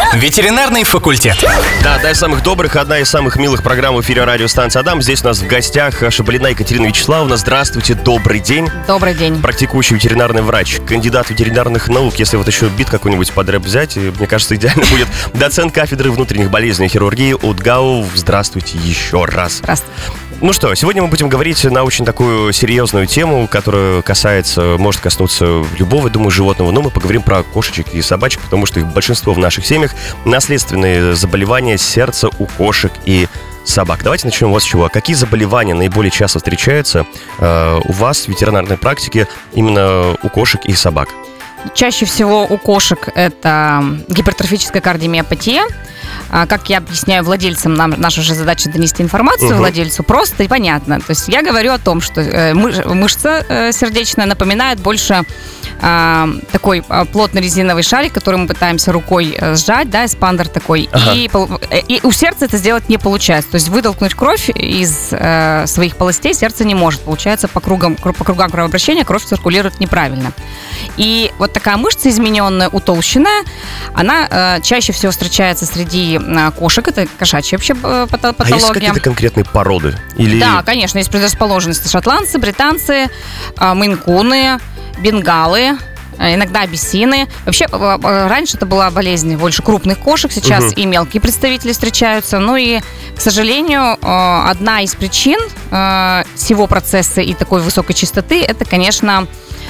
Ветеринарный факультет. Да, одна из самых добрых, одна из самых милых программ в эфире радиостанции «Адам». Здесь у нас в гостях Шабалина Екатерина Вячеславовна. Здравствуйте, добрый день. Добрый день. Практикующий ветеринарный врач, кандидат ветеринарных наук. Если вот еще бит какой-нибудь под рэп взять, мне кажется, идеально будет. Доцент кафедры внутренних болезней и хирургии УТГАУ. Здравствуйте еще раз. Здравствуйте. Ну что, сегодня мы будем говорить на очень такую серьезную тему, которая может коснуться любого, думаю, животного. Но мы поговорим про кошечек и собачек, потому что их большинство в наших семьях наследственные заболевания сердца у кошек и собак. Давайте начнем вот с чего. Какие заболевания наиболее часто встречаются у вас в ветеринарной практике именно у кошек и собак? Чаще всего у кошек это гипертрофическая кардиомиопатия. Как я объясняю владельцам, наша же задача донести информацию владельцу просто и понятно. То есть я говорю о том, что мышца сердечная напоминает больше такой плотный резиновый шарик, который мы пытаемся рукой сжать, да, эспандер такой. Ага. И у сердца это сделать не получается. То есть вытолкнуть кровь из своих полостей сердце не может. Получается, по кругам кровообращения кровь циркулирует неправильно. И вот такая мышца измененная, утолщенная, она чаще всего встречается среди кошек. Это кошачья вообще патология. А есть какие-то конкретные породы? Или... Да, конечно, есть предрасположенности. Шотландцы, британцы, мейн-куны, бенгалы, иногда абиссины. Вообще, раньше это была болезнь больше крупных кошек, сейчас и мелкие представители встречаются. Ну и, к сожалению, одна из причин всего процесса и такой высокой частоты, это, конечно,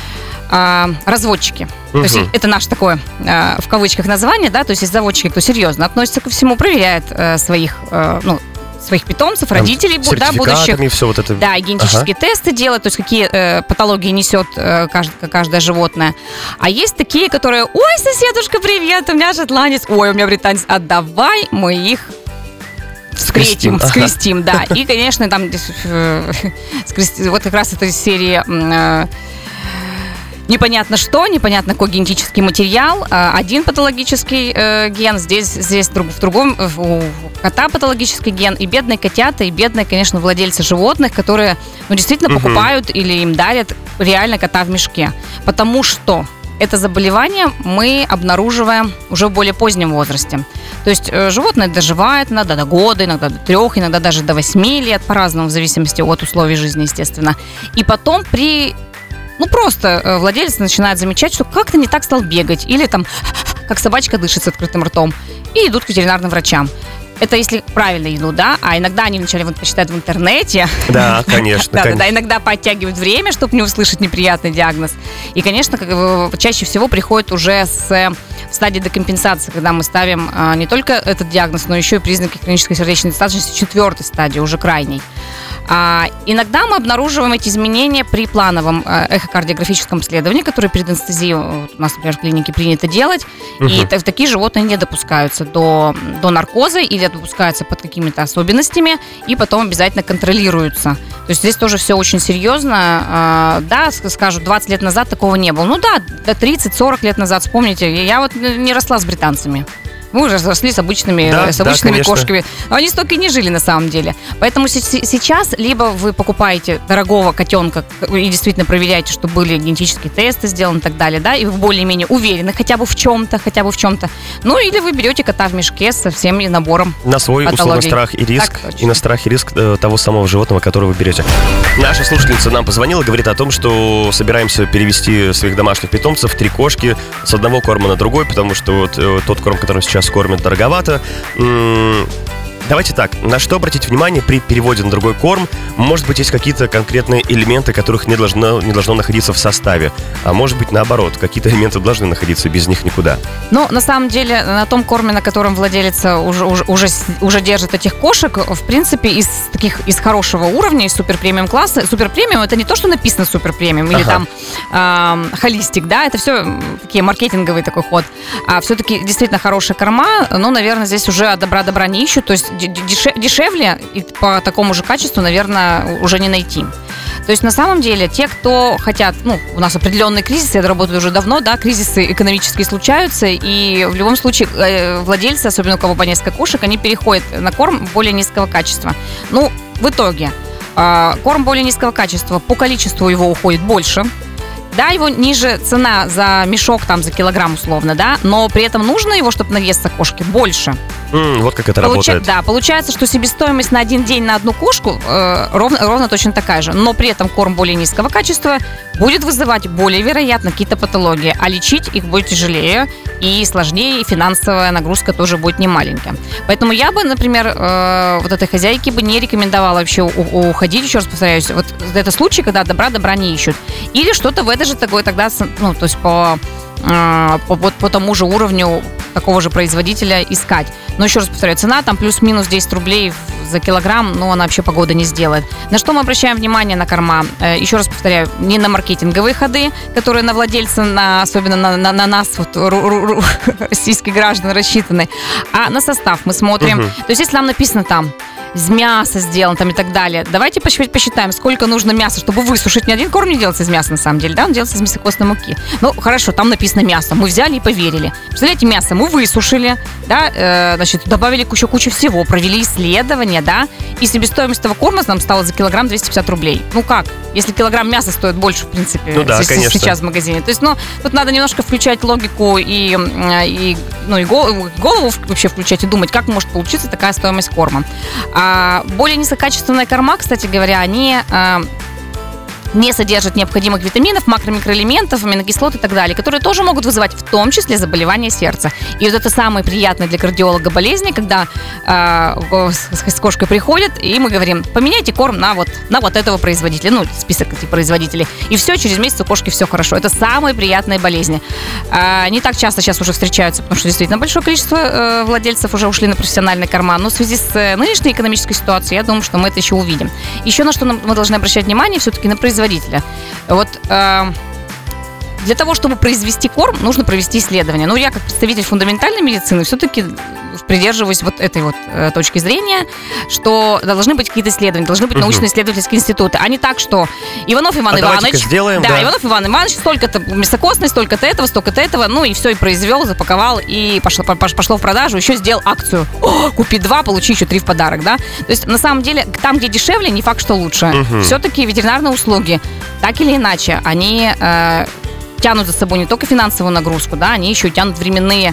разводчики. То есть это наше такое, в кавычках, название, да, то есть заводчики, кто серьезно относится ко всему, проверяет своих питомцев, родителей, да, будущих. Все вот это. Да, и генетические тесты делают, то есть какие патологии несет каждое животное. А есть такие, которые: ой, соседушка, привет, у меня шотландец, ой, у меня британец, а давай мы их скрестим, да. И, конечно, там вот как раз этой серии непонятно что, непонятно какой генетический материал. Один патологический ген, здесь в другом у кота патологический ген. И бедные котята, и бедные, конечно, владельцы животных, которые действительно покупают или им дарят реально кота в мешке. Потому что это заболевание мы обнаруживаем уже в более позднем возрасте. То есть животное доживает иногда до года, иногда до 3, иногда даже до 8 лет, по-разному, в зависимости от условий жизни, естественно. И потом просто владелец начинает замечать, что как-то не так стал бегать. Или там, как собачка дышит с открытым ртом. И идут к ветеринарным врачам. Это если правильно идут, да? А иногда они вначале почитают в интернете. Да, конечно. Да, иногда подтягивают время, чтобы не услышать неприятный диагноз. И, конечно, чаще всего приходит уже в стадии декомпенсации, когда мы ставим не только этот диагноз, но еще и признаки хронической сердечной недостаточности 4-й стадии, уже крайней. Иногда мы обнаруживаем эти изменения при плановом эхокардиографическом исследовании, которое перед анестезией у нас, например, в клинике принято делать. И такие животные не допускаются до наркоза или допускаются под какими-то особенностями и потом обязательно контролируются. То есть здесь тоже все очень серьезно. Да, скажу, 20 лет назад такого не было. Ну да, до 30-40 лет назад, вспомните, я вот не росла с британцами. Мы уже росли с обычными кошками. Они столько и не жили на самом деле. Поэтому сейчас либо вы покупаете дорогого котенка и действительно проверяете, что были генетические тесты сделаны и так далее, да, и вы более-менее уверены хотя бы в чем-то. Ну, или вы берете кота в мешке со всем набором на свой условный страх и риск, и на страх и риск того самого животного, которое вы берете. Наша слушательница нам позвонила, говорит о том, что собираемся перевести своих домашних питомцев, 3 кошки, с одного корма на другой, потому что вот тот корм, которым сейчас кормят, дороговато. Давайте так, на что обратить внимание при переводе на другой корм? Может быть, есть какие-то конкретные элементы, которых не должно находиться в составе. А может быть, наоборот, какие-то элементы должны находиться, без них никуда. Ну, на самом деле, на том корме, на котором владелец уже держит этих кошек, в принципе, из хорошего уровня, из суперпремиум класса. Суперпремиум — это не то, что написано суперпремиум или там холистик, да, это все такие маркетинговый такой ход. А все-таки действительно хорошие корма, но, наверное, здесь уже добра не ищут, то есть дешевле и по такому же качеству, наверное, уже не найти. То есть на самом деле те, кто хотят, у нас определенный кризис, я работаю уже давно, да, кризисы экономические случаются, и в любом случае владельцы, особенно у кого по несколько кошек, они переходят на корм более низкого качества. В итоге корм более низкого качества, по количеству его уходит больше. Да, его ниже цена за мешок, там, за килограмм условно, да, но при этом нужно его, чтобы наесться кошки, больше. Вот как это работает. Да, получается, что себестоимость на один день на одну кошку ровно точно такая же, но при этом корм более низкого качества будет вызывать более вероятно какие-то патологии, а лечить их будет тяжелее и сложнее, и финансовая нагрузка тоже будет немаленькая. Поэтому я бы, например, вот этой хозяйке бы не рекомендовала вообще уходить, еще раз повторяюсь, вот это случай, когда добра не ищут. Или что-то в это же такое тогда, ну, то есть по тому же уровню такого же производителя искать. Но еще раз повторяю, цена там плюс-минус 10 рублей за килограмм, но она вообще погода не сделает. На что мы обращаем внимание на корма? Еще раз повторяю, не на маркетинговые ходы, которые на владельца, особенно на нас, вот, российских граждан, рассчитаны, а на состав мы смотрим. То есть если нам написано там из мяса сделан там и так далее. Давайте посчитаем, сколько нужно мяса, чтобы высушить. Ни один корм не делается из мяса, на самом деле, да, он делается из мясокостной муки. Ну, хорошо, там написано мясо, мы взяли и поверили. Представляете, мясо мы высушили, да, значит, добавили кучу всего, провели исследования, да, и себестоимость этого корма нам стала за килограмм 250 рублей. Ну как? Если килограмм мяса стоит больше, в принципе, ну да, сейчас в магазине. То есть, ну, тут надо немножко включать логику и голову вообще включать и думать, как может получиться такая стоимость корма. Более низкокачественные корма, кстати говоря, они не содержат необходимых витаминов, макро-микроэлементов, аминокислот и так далее, которые тоже могут вызывать в том числе заболевания сердца. И вот это самые приятные для кардиолога болезни, когда с кошкой приходят, и мы говорим, поменяйте корм на вот этого производителя, ну, список этих производителей, и все, через месяц у кошки все хорошо. Это самые приятные болезни. Не так часто сейчас уже встречаются, потому что действительно большое количество владельцев уже ушли на профессиональный корма, но в связи с нынешней экономической ситуацией, я думаю, что мы это еще увидим. Еще на что мы должны обращать внимание, все-таки на производителя. Вот для того, чтобы произвести корм, нужно провести исследование. Ну, я как представитель фундаментальной медицины все-таки придерживаюсь вот этой вот точки зрения, что должны быть какие-то исследования, должны быть научно-исследовательские институты, а не так, что Иванов Иван Иванович, сделаем, да, Иванов Иван Иванович, столько-то мясокостной, столько-то этого, ну и все, и произвел, запаковал, и пошло в продажу, еще сделал акцию. Купи 2, получи еще 3 в подарок, да? То есть, на самом деле, там, где дешевле, не факт, что лучше. Все-таки ветеринарные услуги, так или иначе, они тянут за собой не только финансовую нагрузку, да, они еще тянут временные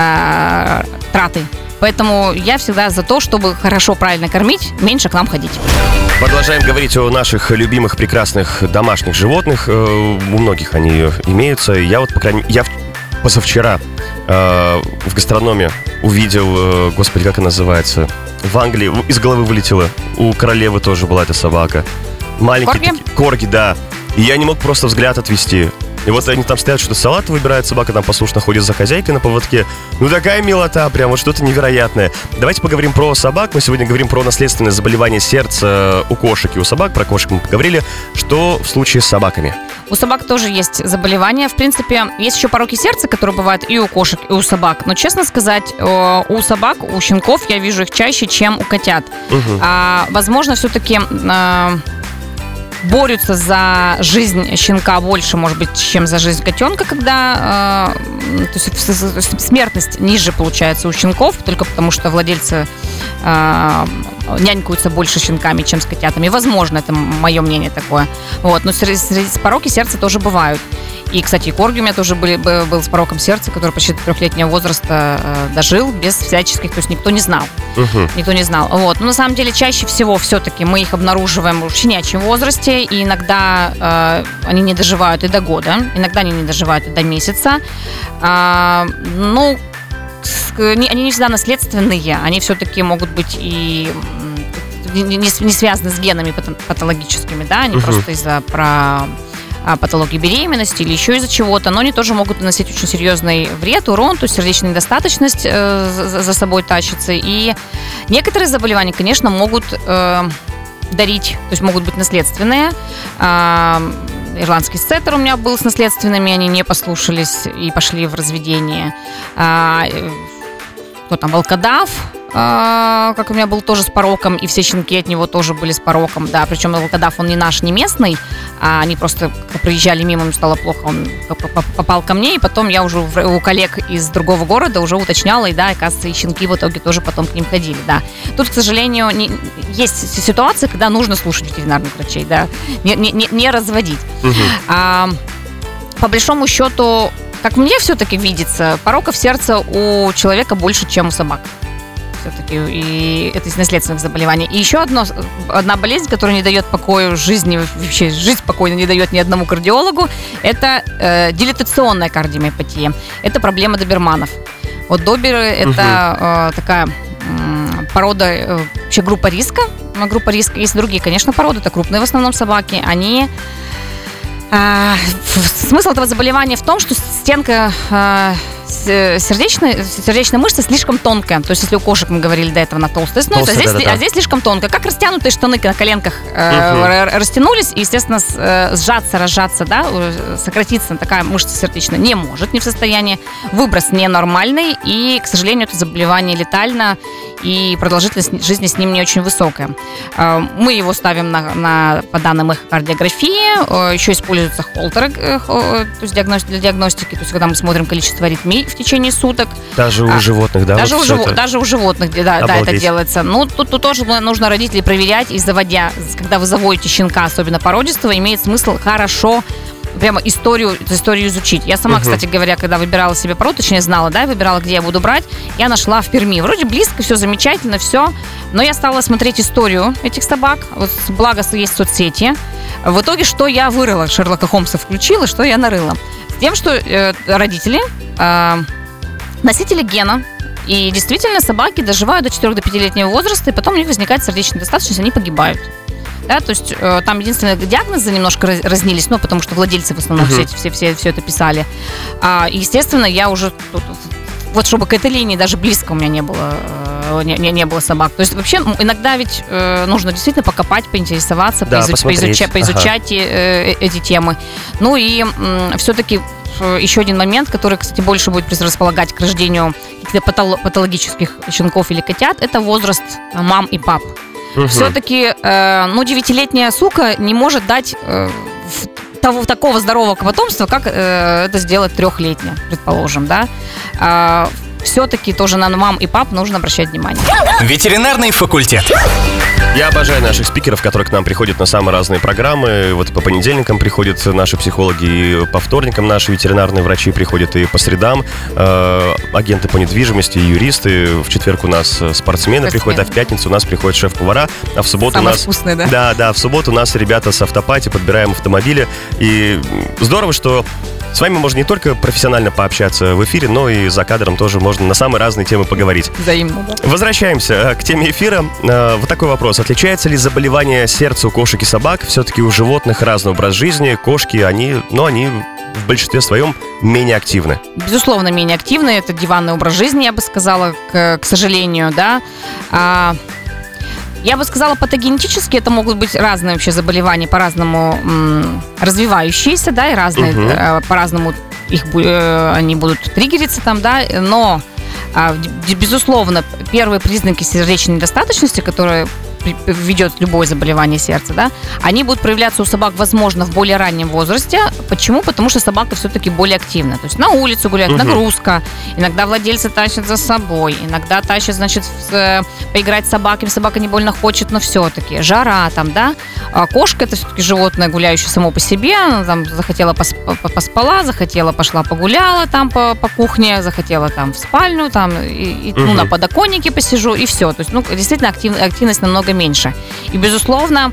траты. Поэтому я всегда за то, чтобы хорошо, правильно кормить, меньше к нам ходить. Продолжаем говорить о наших любимых, прекрасных домашних животных. У многих они имеются. Я вот, по крайней мере, позавчера в гастрономе увидел, господи, как она называется, в Англии, из головы вылетела. У королевы тоже была эта собака. Маленький корги, да. И я не мог просто взгляд отвести. И вот они там стоят, что-то салат выбирают, собака там послушно ходит за хозяйкой на поводке. Ну такая милота, прям вот что-то невероятное. Давайте поговорим про собак. Мы сегодня говорим про наследственное заболевание сердца у кошек и у собак. Про кошек мы поговорили. Что в случае с собаками? У собак тоже есть заболевания. В принципе, есть еще пороки сердца, которые бывают и у кошек, и у собак. Но, честно сказать, у собак, у щенков я вижу их чаще, чем у котят. Возможно, все-таки борются за жизнь щенка больше, может быть, чем за жизнь котенка, когда то есть смертность ниже получается у щенков, только потому что владельцы нянькаются больше с щенками, чем с котятами. Возможно, это мое мнение такое. Вот. Но среди пороки сердца тоже бывают. И, кстати, корги у меня тоже был с пороком сердца, который почти до 3-летнего возраста дожил без всяческих, то есть никто не знал. Никто не знал. Вот. Но на самом деле чаще всего все-таки мы их обнаруживаем в щенячьем возрасте, и иногда они не доживают и до года, иногда они не доживают и до месяца. Ну, они не всегда наследственные, они все-таки могут быть и не связаны с генами патологическими, да, они просто из-за патологии беременности или еще из-за чего-то, но они тоже могут наносить очень серьезный вред, урон, то есть сердечная недостаточность за собой тащится. И некоторые заболевания, конечно, могут дарить, то есть могут быть наследственные. Ирландский сеттер у меня был с наследственными, они не послушались и пошли в разведение. Кто там, волкодав, как у меня был тоже с пороком, и все щенки от него тоже были с пороком, да, причем волкодав, он не наш, не местный, а они просто проезжали мимо, ему стало плохо, он попал ко мне, и потом я уже у коллег из другого города уже уточняла, и да, оказывается, и щенки в итоге тоже потом к ним ходили, да. Тут, к сожалению, есть ситуация, когда нужно слушать ветеринарных врачей, да, не разводить. по большому счету, как мне все-таки видится, пороков сердца у человека больше, чем у собак. Все-таки, и это из наследственных заболеваний. И еще одна болезнь, которая не дает покоя жизни, вообще жизнь спокойно не дает ни одному кардиологу, это дилатационная кардиомиопатия. Это проблема доберманов. Вот доберы это такая порода, вообще группа риска. Группа риска. Есть другие, конечно, породы, это крупные в основном собаки. Они... Смысл этого заболевания в том, что стенка сердечная мышца слишком тонкая. То есть, если у кошек, мы говорили до этого, она толстая становится, а здесь слишком тонкая. Как растянутые штаны на коленках растянулись, и, естественно, разжаться, да, сократиться такая мышца сердечная не может, не в состоянии. Выброс ненормальный, и, к сожалению, это заболевание летально, и продолжительность жизни с ним не очень высокая. Мы его ставим по данным эхокардиографии. Еще используются холтеры, то есть для диагностики, то есть когда мы смотрим количество аритмий в течение суток. Даже у животных, да? Даже у животных, да, это делается. Ну, тут тоже нужно родителей проверять, и когда вы заводите щенка, особенно породистого, имеет смысл хорошо прямо историю изучить. Я сама, кстати говоря, когда выбирала себе породу, точнее знала, да, выбирала, где я буду брать, я нашла в Перми. Вроде близко, все замечательно, все, но я стала смотреть историю этих собак, вот, благо есть соцсети. В итоге, что я вырыла? Шерлока Холмса включила, что я нарыла? С тем, что родители носители гена, и действительно собаки доживают до 4-5-летнего возраста, и потом у них возникает сердечная недостаточность, они погибают. Да, то есть там единственное, диагнозы немножко разнились, потому что владельцы в основном все это писали. Естественно, я уже вот чтобы к этой линии даже близко у меня не было собак. То есть вообще иногда ведь нужно действительно покопать, поинтересоваться, поизучать эти темы. Ну и все-таки еще один момент, который, кстати, больше будет располагать к рождению каких-то патологических щенков или котят, это возраст мам и пап. Все-таки, 9-летняя сука не может дать такого здорового потомства, как это сделать 3-летняя, предположим, да. Все-таки тоже на мам и пап нужно обращать внимание. Ветеринарный факультет. Я обожаю наших спикеров, которые к нам приходят на самые разные программы. Вот по понедельникам приходят наши психологи, и по вторникам наши ветеринарные врачи приходят, и по средам агенты по недвижимости, юристы. В четверг у нас спортсмены приходят, а в пятницу у нас приходят шеф-повара, а в субботу самые вкусные, да? Да, в субботу у нас ребята с автопати, подбираем автомобили. И здорово, что с вами можно не только профессионально пообщаться в эфире, но и за кадром тоже можно на самые разные темы поговорить. Взаимно, да. Возвращаемся к теме эфира. Вот такой вопрос. Отличается ли заболевание сердца у кошек и собак? Все-таки у животных разный образ жизни. Кошки, они в большинстве своем менее активны. Безусловно, менее активны. Это диванный образ жизни, я бы сказала, к сожалению, да. Я бы сказала, патогенетически это могут быть разные вообще заболевания, по-разному развивающиеся, да, и разные, по-разному они будут триггериться там, да, но, безусловно, первые признаки сердечной недостаточности, которые ведет любое заболевание сердца, да, они будут проявляться у собак, возможно, в более раннем возрасте. Почему? Потому что собака все-таки более активна. То есть на улицу гуляют, нагрузка. Иногда владельцы тащат за собой. Иногда тащат, значит, поиграть с собаками. Собака не больно хочет, но все-таки. Жара там, да. А кошка — это все-таки животное, гуляющее само по себе. Она там захотела поспала, захотела пошла погуляла там по кухне, захотела там в спальню, там, на подоконнике посижу, и все. То есть, действительно, активность намного меньше. И, безусловно,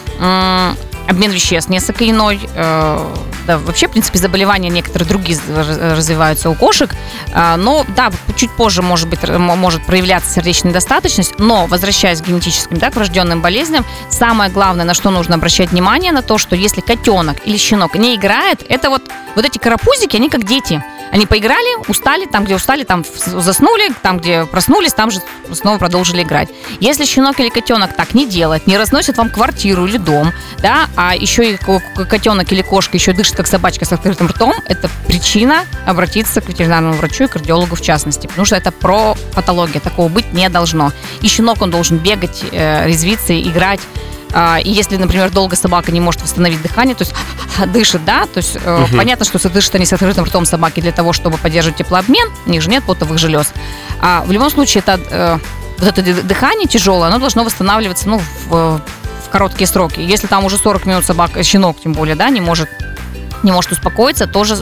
обмен веществ несколько иной. Да, вообще, в принципе, заболевания некоторые другие развиваются у кошек. Но, да, чуть позже может проявляться сердечная недостаточность. Но, возвращаясь к генетическим, да, к врожденным болезням, самое главное, на что нужно обращать внимание, на то, что если котенок или щенок не играет, это вот эти карапузики, они как дети. Они поиграли, устали, там, где устали, там заснули, там, где проснулись, там же снова продолжили играть. Если щенок или котенок так не делает, не разносит вам квартиру или дом, да, а еще и котенок или кошка еще дышит, как собачка с открытым ртом, это причина обратиться к ветеринарному врачу и кардиологу в частности, потому что это про патологию, такого быть не должно. И щенок, он должен бегать, резвиться, играть. И если, например, долго собака не может восстановить дыхание, то есть дышит, да, то есть понятно, что дышат они с открытым ртом собаки для того, чтобы поддерживать теплообмен, у них же нет потовых желез. А в любом случае это дыхание тяжелое, оно должно восстанавливаться, в короткие сроки. Если там уже 40 минут щенок, тем более, да, не может не может успокоиться, тоже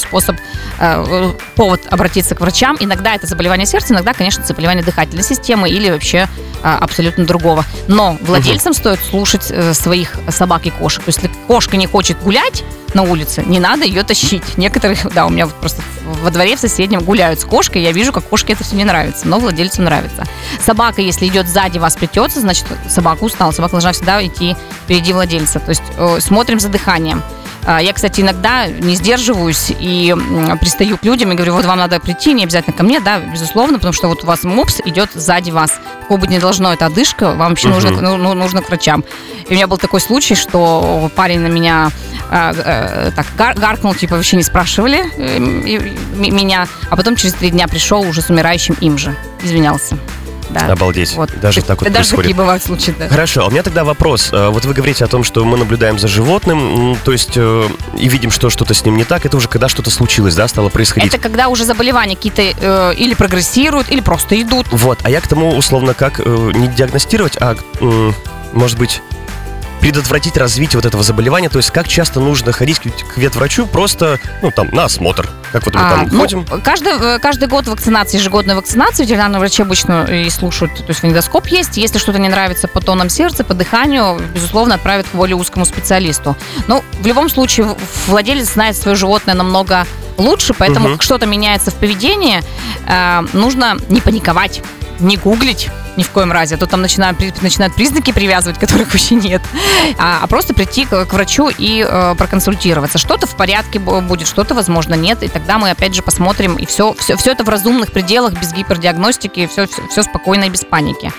повод обратиться к врачам. Иногда это заболевание сердца, иногда, конечно, заболевание дыхательной системы или вообще абсолютно другого. Но владельцам стоит слушать своих собак и кошек. То есть, если кошка не хочет гулять на улице, не надо ее тащить. Некоторые, у меня вот просто во дворе в соседнем гуляют с кошкой, я вижу, как кошке это все не нравится, но владельцу нравится. Собака, если идет сзади вас, плетется, значит, собака устала, собака должна всегда идти впереди владельца. То есть смотрим за дыханием. Я, кстати, иногда не сдерживаюсь и пристаю к людям и говорю, вот вам надо прийти, не обязательно ко мне, да, безусловно, потому что вот у вас мопс идет сзади вас. Такого быть не должно, это одышка, вам вообще нужно к врачам. И у меня был такой случай, что парень на меня гаркнул, типа вообще не спрашивали меня, а потом через 3 дня пришел уже с умирающим им же, извинялся. Да. Обалдеть. Вот. Даже так вот даже происходит. Такие бывают случаи, да. Хорошо, а у меня тогда вопрос. Вот вы говорите о том, что мы наблюдаем за животным, то есть и видим, что что-то с ним не так. Это уже когда что-то случилось, да, стало происходить? Это когда уже заболевания какие-то или прогрессируют, или просто идут. Вот, а я к тому, условно, как не диагностировать, а, может быть, предотвратить развитие вот этого заболевания. То есть как часто нужно ходить к ветврачу просто, на осмотр? Как вот мы там ходим? Каждый год вакцинация, ежегодная вакцинация. Ветеринарные врачи обычно и слушают, то есть фонендоскоп есть. Если что-то не нравится по тонам сердца, по дыханию, безусловно, отправят к более узкому специалисту. Но в любом случае владелец знает свое животное намного лучше, поэтому что-то меняется в поведении, нужно не паниковать, не гуглить ни в коем разе, а то там начинают признаки привязывать, которых вообще нет, а просто прийти к врачу и проконсультироваться. Что-то в порядке будет, что-то, возможно, нет, и тогда мы опять же посмотрим, и все это в разумных пределах, без гипердиагностики, все спокойно и без паники.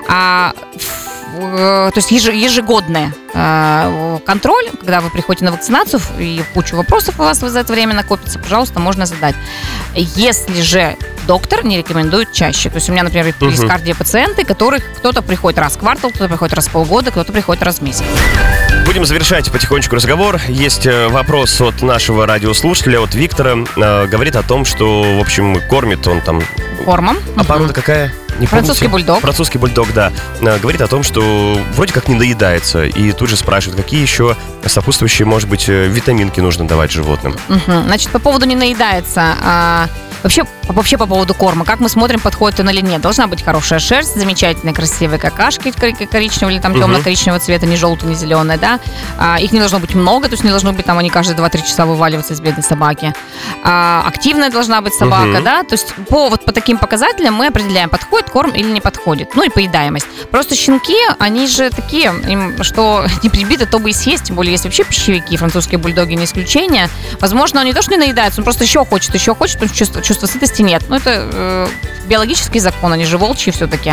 То есть ежегодный контроль, когда вы приходите на вакцинацию, и кучу вопросов у вас за это время накопится, пожалуйста, можно задать. Если же доктор не рекомендует чаще. То есть у меня, например, есть кардиопациенты, которых кто-то приходит раз в квартал, кто-то приходит раз в полгода, кто-то приходит раз в месяц. Будем завершать потихонечку разговор. Есть вопрос от нашего радиослушателя, от Виктора. Говорит о том, что, в общем, кормит он там... Кормом. А порода какая? Не французский бульдог. Французский бульдог, да. Говорит о том, что вроде как не доедается. И тут же спрашивает, какие еще сопутствующие, может быть, витаминки нужно давать животным. Значит, по поводу не наедается... Вообще по поводу корма, как мы смотрим, подходит он или нет. Должна быть хорошая шерсть, замечательные, красивые какашки коричневого или там темно-коричневого цвета, не желтый, не зеленый, да. Их не должно быть много, то есть не должно быть там они каждые 2-3 часа вываливаться из бедной собаки. Активная должна быть собака, да. То есть по таким показателям мы определяем, подходит корм или не подходит. Ну и поедаемость. Просто щенки, они же такие, им что не прибито, то бы и съесть. Тем более есть вообще пищевики, французские бульдоги не исключение. Возможно, он не то, что не наедается, он просто еще хочет, потому что чувства сытости нет. Но это биологический закон, они же волчьи все-таки.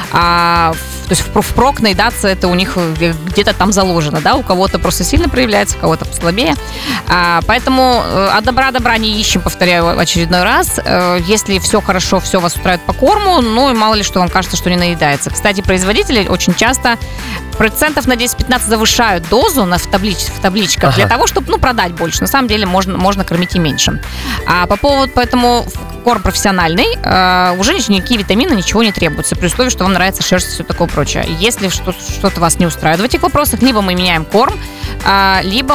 То есть впрок наедаться, это у них где-то там заложено, да, у кого-то просто сильно проявляется, у кого-то послабее. Поэтому от добра не ищем, повторяю очередной раз. Если все хорошо, все вас устраивает по корму, и мало ли что вам кажется, что не наедается. Кстати, производители очень часто процентов на 10-15 завышают дозу в табличках для того, чтобы продать больше. На самом деле можно кормить и меньше. Поэтому корм профессиональный, уже никакие витамины, ничего не требуется, при условии, что вам нравится шерсть и все такое прочее. Если что-то вас не устраивает в этих вопросах, либо мы меняем корм, либо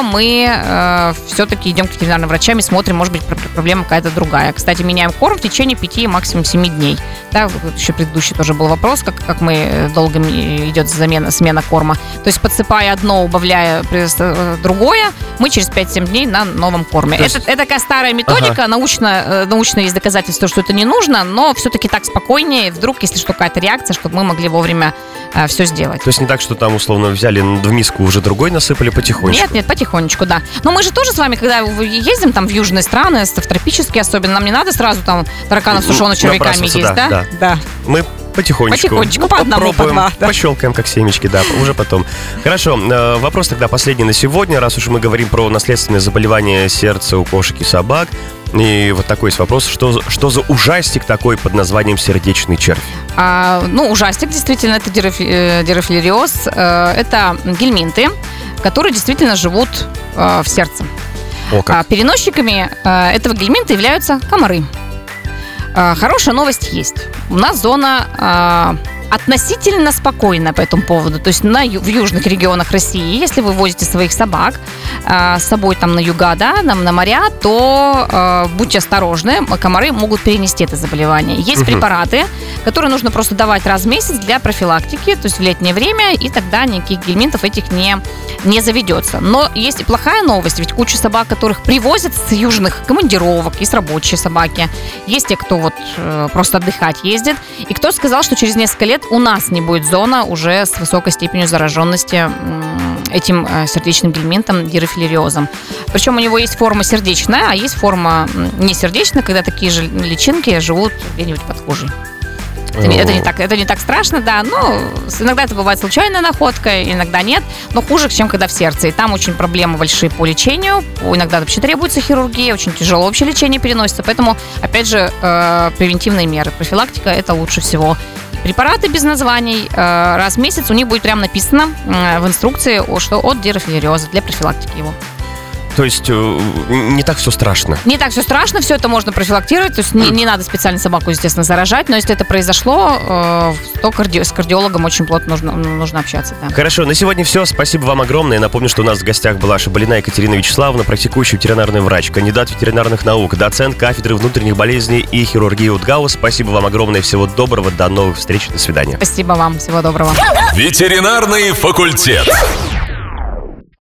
мы все-таки идем к ветеринарным врачам и смотрим, может быть, проблема какая-то другая. Кстати, меняем корм в течение 5, максимум 7 дней. Да, еще предыдущий тоже был вопрос, как мы долго идет смена корма. То есть, подсыпая одно, убавляя другое, мы через 5-7 дней на новом корме. Это такая старая методика, научно есть доказательства, что это не нужно, но все-таки так спокойнее, вдруг, если что, какая-то реакция, чтобы мы могли вовремя все сделать. То есть не так, что там, условно, взяли в миску, уже другой насыпали потихонечку? Нет, потихонечку, да. Но мы же тоже с вами, когда ездим там в южные страны, в тропические особенно, нам не надо сразу там тараканов сушеных червяками есть, да? Да. Мы потихонечку по одному, попробуем, по два, да. Пощелкаем, как семечки, да, уже потом. Хорошо, вопрос тогда последний на сегодня, раз уж мы говорим про наследственные заболевания сердца у кошек и собак. И вот такой есть вопрос, что за ужастик такой под названием сердечный червь? Ужастик, действительно, это дирофилариоз, это гельминты, которые действительно живут в сердце. Переносчиками этого гельминта являются комары. Хорошая новость есть. У нас зона относительно спокойно по этому поводу. То есть в южных регионах России, если вы возите своих собак с собой там на юга, да, на моря, то будьте осторожны, комары могут перенести это заболевание. Есть препараты, которые нужно просто давать раз в месяц для профилактики, то есть в летнее время, и тогда никаких гельминтов этих не заведется. Но есть и плохая новость, ведь куча собак, которых привозят с южных командировок, есть рабочие собаки, есть те, кто вот просто отдыхать ездит. И кто сказал, что через несколько лет у нас не будет зона уже с высокой степенью зараженности этим сердечным гельминтом, дирофилариозом. Причем у него есть форма сердечная, а есть форма несердечная, когда такие же личинки живут где-нибудь под кожей. Это не так страшно, да, но иногда это бывает случайная находка, иногда нет, но хуже, чем когда в сердце. И там очень проблемы большие по лечению, иногда вообще требуется хирургия, очень тяжело вообще лечение переносится, поэтому, опять же, превентивные меры, профилактика – это лучше всего. Препараты без названий, раз в месяц у них будет прям написано в инструкции, что от дирофилариоза для профилактики его. То есть не так все страшно. Не так все страшно, все это можно профилактировать. То есть не надо специально собаку, естественно, заражать. Но если это произошло, то с кардиологом очень плотно нужно общаться. Да. Хорошо, на сегодня все. Спасибо вам огромное. Напомню, что у нас в гостях была Шабалина Екатерина Вячеславовна, практикующий ветеринарный врач, кандидат ветеринарных наук, доцент кафедры внутренних болезней и хирургии УТГАУ. Спасибо вам огромное. Всего доброго. До новых встреч. До свидания. Спасибо вам. Всего доброго. Ветеринарный факультет.